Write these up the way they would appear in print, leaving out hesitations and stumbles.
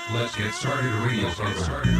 Let's get started radio program.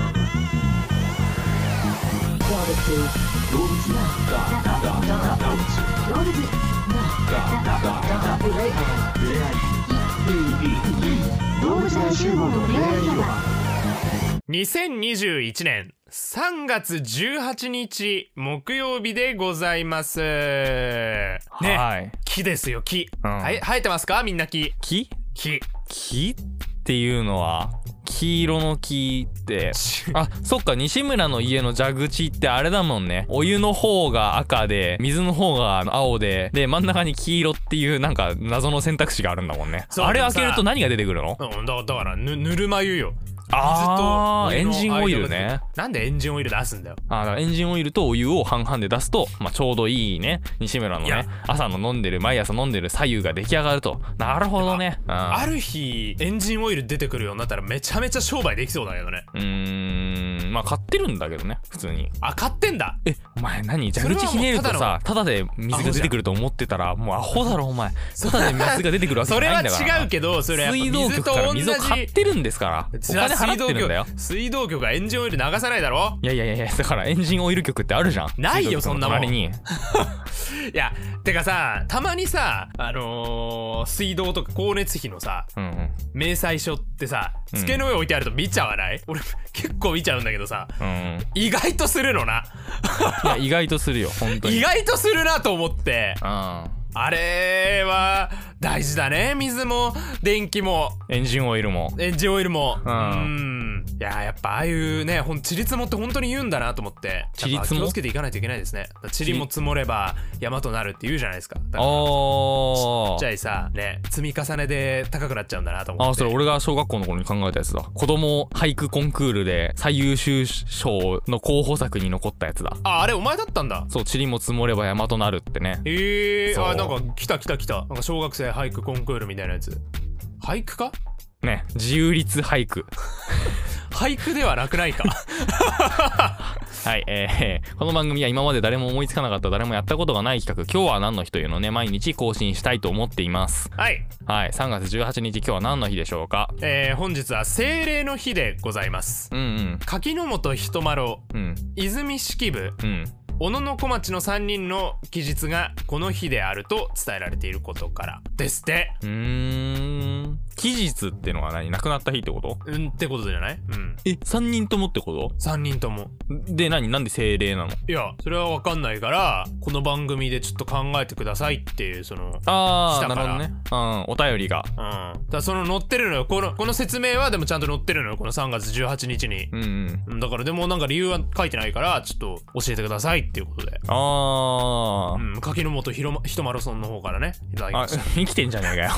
2021年3月18日木曜日でございますね。 はい。 木ですよ、木、 はい、 生えてますかみんな木。 木木っていうのは黄色の木ってあ、そっか、西村の家の蛇口ってあれだもんね。お湯の方が赤で水の方が青で真ん中に黄色っていうなんか謎の選択肢があるんだもんね。あれ開けると何が出てくるの？ だからぬるま湯よ。 エンジンオイルね。 なんでエンジンオイル出すんだよ。 だからエンジンオイルとお湯を半々で出すと、ちょうどいいね、西村のね、毎朝飲んでる左右が出来上がると。なるほどね。 ある日エンジンオイル出てくるようになったらめちゃめちゃ商売できそうだけどね。 買ってるんだけどね、普通に。 買ってんだ。 お前何、蛇口ひねるとさ、ただで水が出てくると思ってたらもうアホだろお前。ただで水が出てくるわけじゃないんだから。 それは違うけど、それやっぱ水道局から水を買ってるんですから。お金払ってるんだよ。 水道局がエンジンオイル流さないだろ。 いやだからエンジンオイル局ってあるじゃん。 ないよそんなもん。 にいやてかさ、たまにさ水道とか光熱費のさ、明細書ってさ机の上置いてあると見ちゃわない？俺結構見ちゃうんだけどさ、意外とするのな。 いや意外とするよ本当に。 意外とするなと思って。あれは大事だね。水も電気もエンジンオイルも。 いややっぱああいうね、ちりつもって本当に言うんだなと思って、気をつけていかないといけないですね。ちりも積もれば山となるって言うじゃないですか。だからちっちゃいさね、積み重ねで高くなっちゃうんだなと思って。 それ俺が小学校の頃に考えたやつだ。子供俳句コンクールで最優秀賞の候補作に残ったやつだ。 あれお前だったんだ。 そう、ちりも積もれば山となるってね。 なんか来たなんか小学生俳句コンクールみたいなやつ。俳句かね、自由律俳句。 俳句ではなくないか。 はい、この番組は今まで誰も思いつかなかった、誰もやったことがない企画、今日は何の日というのをね、毎日更新したいと思っています。はい、3月18日、今日は何の日でしょうか？ 本日は精霊の日でございます。柿本人麻呂、泉式部、小野小町の3人の記述がこの日であると伝えられていることからですって。 期日ってのは何？亡くなった日ってこと？ ってことじゃない？ 3人ともってこと？ 3人ともでなんで精霊なの？いやそれは分かんないからこの番組でちょっと考えてくださいっていう、そのなるほどね。お便りがだその載ってるのよ、この説明は。でもちゃんと載ってるのよ、この3月18日に。だからでもなんか理由は書いてないから、ちょっと教えてくださいっていうことで。柿本人麻呂さんの方からね、いただきました。 生きてんじゃねえかよ。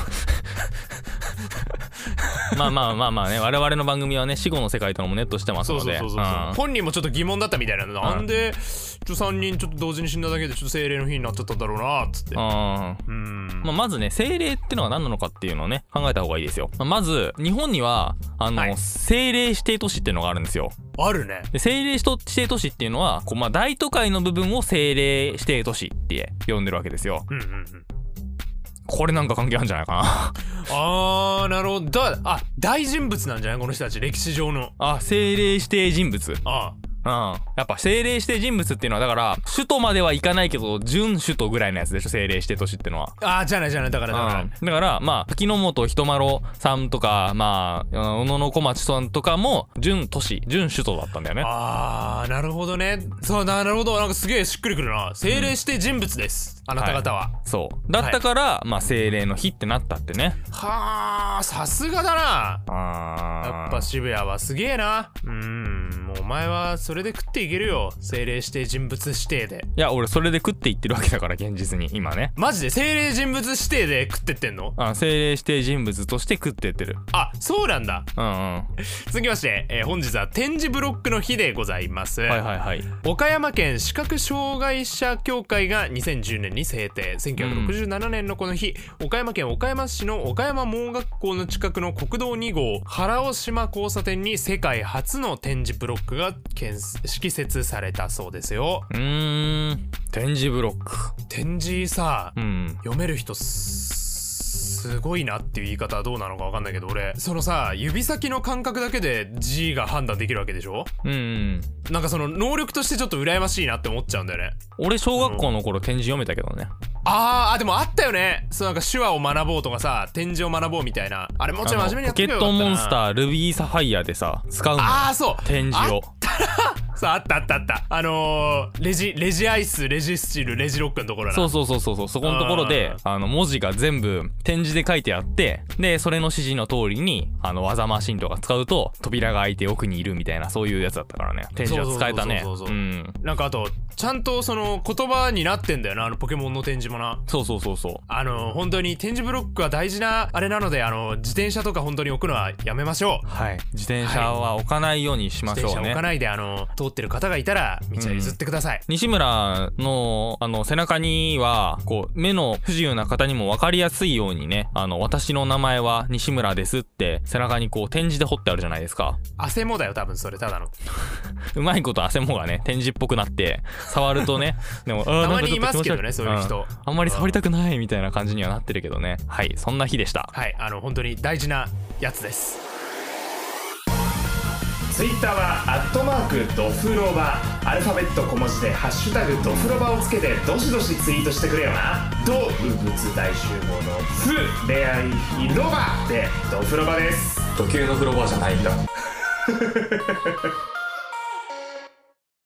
まあね、我々の番組はね、死後の世界とのもネットしてますので。 本人もちょっと疑問だったみたいなの。なんで3人ちょっと同時に死んだだけでちょっと精霊の日になっちゃったんだろうなっつって。 まずね、精霊ってのは何なのかっていうのをね、考えた方がいいですよ。まず日本には精霊指定都市っていうのがあるんですよ。 あるね。 で精霊指定都市っていうのは大都会の部分を精霊指定都市って呼んでるわけですよ。これなんか関係あるんじゃないかな。 なるほど。大人物なんじゃないこの人たち、歴史上の。 精霊指定人物。やっぱ精霊指定人物っていうのはだから首都まではいかないけど準首都ぐらいのやつでしょ、精霊指定都市ってのは。 じゃないだから柿本人麻呂さんとか小野小町さんとかも準都市準首都だったんだよね。 なるほどね。そう、なるほど。なんかすげえしっくりくるな。精霊指定人物です、あなた方は。 そうだったから、精霊の日ってなったってね。 さすがだな。やっぱ渋谷はすげえな。もうお前はそれで食っていけるよ、精霊指定人物指定で。 いや俺それで食っていってるわけだから、現実に今ね。 マジで精霊人物指定で食ってってんの？ 精霊指定人物として食ってってる。 そうなんだ。続きまして、本日は点字ブロックの日でございます。岡山県視覚障害者協会が2010年に制定。1967年のこの日、岡山県岡山市の岡山盲学校の近くの国道2号原尾島交差点に世界初の点字ブロックが敷設されたそうですよ。 点字ブロック。 点字さ、読める人すすごいなっていう言い方はどうなのか分かんないけど、俺そのさ指先の感覚だけで字が判断できるわけでしょ。 うんうん。 なんかその能力としてちょっと羨ましいなって思っちゃうんだよね。 俺小学校の頃点字読めたけどね。 でもあったよね。そうなんか手話を学ぼうとかさ、点字を学ぼうみたいな。あれもうちょい真面目にやってポケットモンスタールビーサファイアでさ使うのよ。 そう点字を。 そうあったレジアイス、レジスチル、レジロックのところな。 そうそこのところで文字が全部点字で書いてあって、でそれの指示の通りに技マシンとか使うと扉が開いて奥にいるみたいな、そういうやつだったからね。点字は使えたね。 なんかあとちゃんとその言葉になってんだよな、ポケモンの点字もな。 そう本当に点字ブロックは大事なあれなので、自転車とか本当に置くのはやめましょう。 はい、自転車は置かないようにしましょうね。 自転車置かないで通ってる方がいたら道は譲ってください。 西村の背中にはこう目の不自由な方にも分かりやすいようにね、私の名前は西村ですって背中にこう点字で彫ってあるじゃないですか。 汗もだよ多分それ、ただのうまいこと汗もがね点字っぽくなって触るとねでもたまにいますけどね、そういう人。 あんまり触りたくないみたいな感じにはなってるけどね。はい、そんな日でした。 はい、本当に大事なやつです。ツイッターはドフロバ、アルファベット小文字でハッシュタグドフロバをつけてどしどしツイートしてくれよな。動物大集合のフ恋愛広場でドフロバです。 時計の風呂場じゃないんだ